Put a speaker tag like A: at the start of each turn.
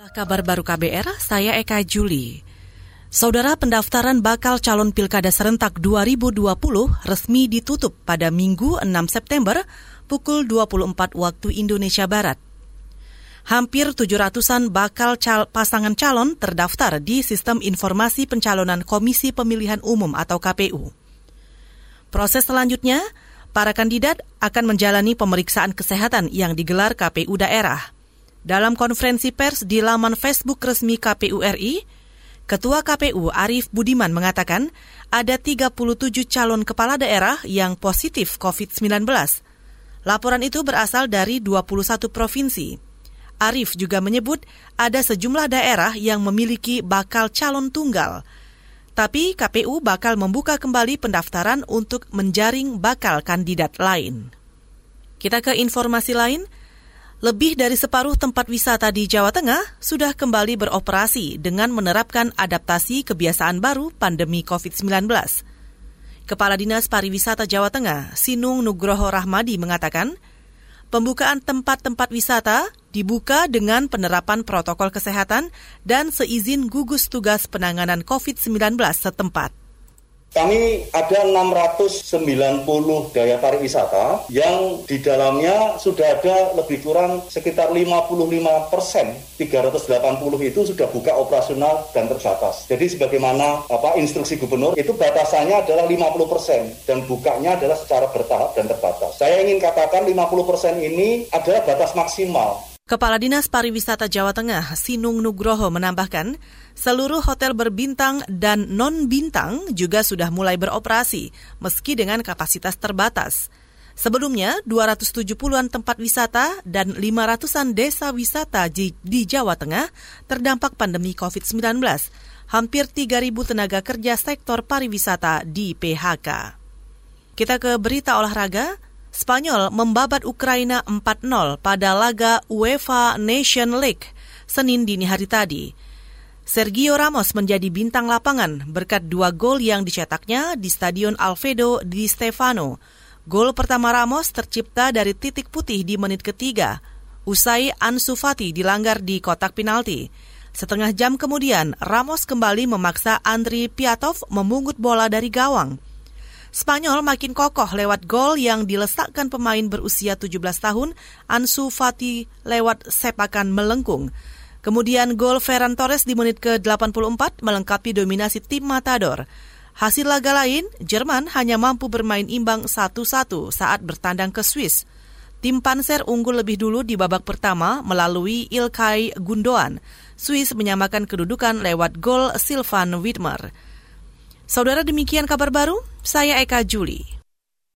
A: Kabar baru KBR, saya Eka Juli. Saudara, pendaftaran bakal calon pilkada serentak 2020 resmi ditutup pada Minggu 6 September pukul 24 waktu Indonesia Barat. Hampir 700-an bakal pasangan calon terdaftar di Sistem Informasi Pencalonan Komisi Pemilihan Umum atau KPU. Proses selanjutnya, para kandidat akan menjalani pemeriksaan kesehatan yang digelar KPU daerah. Dalam konferensi pers di laman Facebook resmi KPU RI, Ketua KPU Arief Budiman mengatakan ada 37 calon kepala daerah yang positif COVID-19. Laporan itu berasal dari 21 provinsi. Arief juga menyebut ada sejumlah daerah yang memiliki bakal calon tunggal. Tapi KPU bakal membuka kembali pendaftaran untuk menjaring bakal kandidat lain. Kita ke informasi lain. Lebih dari separuh tempat wisata di Jawa Tengah sudah kembali beroperasi dengan menerapkan adaptasi kebiasaan baru pandemi COVID-19. Kepala Dinas Pariwisata Jawa Tengah, Sinung Nugroho Rahmadi mengatakan, pembukaan tempat-tempat wisata dibuka dengan penerapan protokol kesehatan dan seizin gugus tugas penanganan COVID-19 setempat.
B: Kami ada 690 daya pariwisata yang di dalamnya sudah ada lebih kurang sekitar 55%, 380 itu sudah buka operasional dan terbatas. Jadi sebagaimana instruksi gubernur itu batasannya adalah 50% dan bukanya adalah secara bertahap dan terbatas. Saya ingin katakan 50% ini adalah batas maksimal.
A: Kepala Dinas Pariwisata Jawa Tengah, Sinung Nugroho menambahkan, seluruh hotel berbintang dan non-bintang juga sudah mulai beroperasi, meski dengan kapasitas terbatas. Sebelumnya, 270-an tempat wisata dan 500-an desa wisata di Jawa Tengah terdampak pandemi COVID-19. Hampir 3.000 tenaga kerja sektor pariwisata di PHK. Kita ke berita olahraga. Spanyol membabat Ukraina 4-0 pada laga UEFA Nation League Senin dini hari tadi. Sergio Ramos menjadi bintang lapangan berkat 2 gol yang dicetaknya di Stadion Alfredo Di Stefano. Gol pertama Ramos tercipta dari titik putih di menit ketiga, usai Ansu Fati dilanggar di kotak penalti. Setengah jam kemudian, Ramos kembali memaksa Andriy Piatov memungut bola dari gawang. Spanyol makin kokoh lewat gol yang dilesakkan pemain berusia 17 tahun, Ansu Fati lewat sepakan melengkung. Kemudian gol Ferran Torres di menit ke-84 melengkapi dominasi tim Matador. Hasil laga lain, Jerman hanya mampu bermain imbang 1-1 saat bertandang ke Swiss. Tim Panzer unggul lebih dulu di babak pertama melalui Ilkay Gundogan. Swiss menyamakan kedudukan lewat gol Sylvain Widmer. Saudara, demikian kabar baru, saya Eka Juli.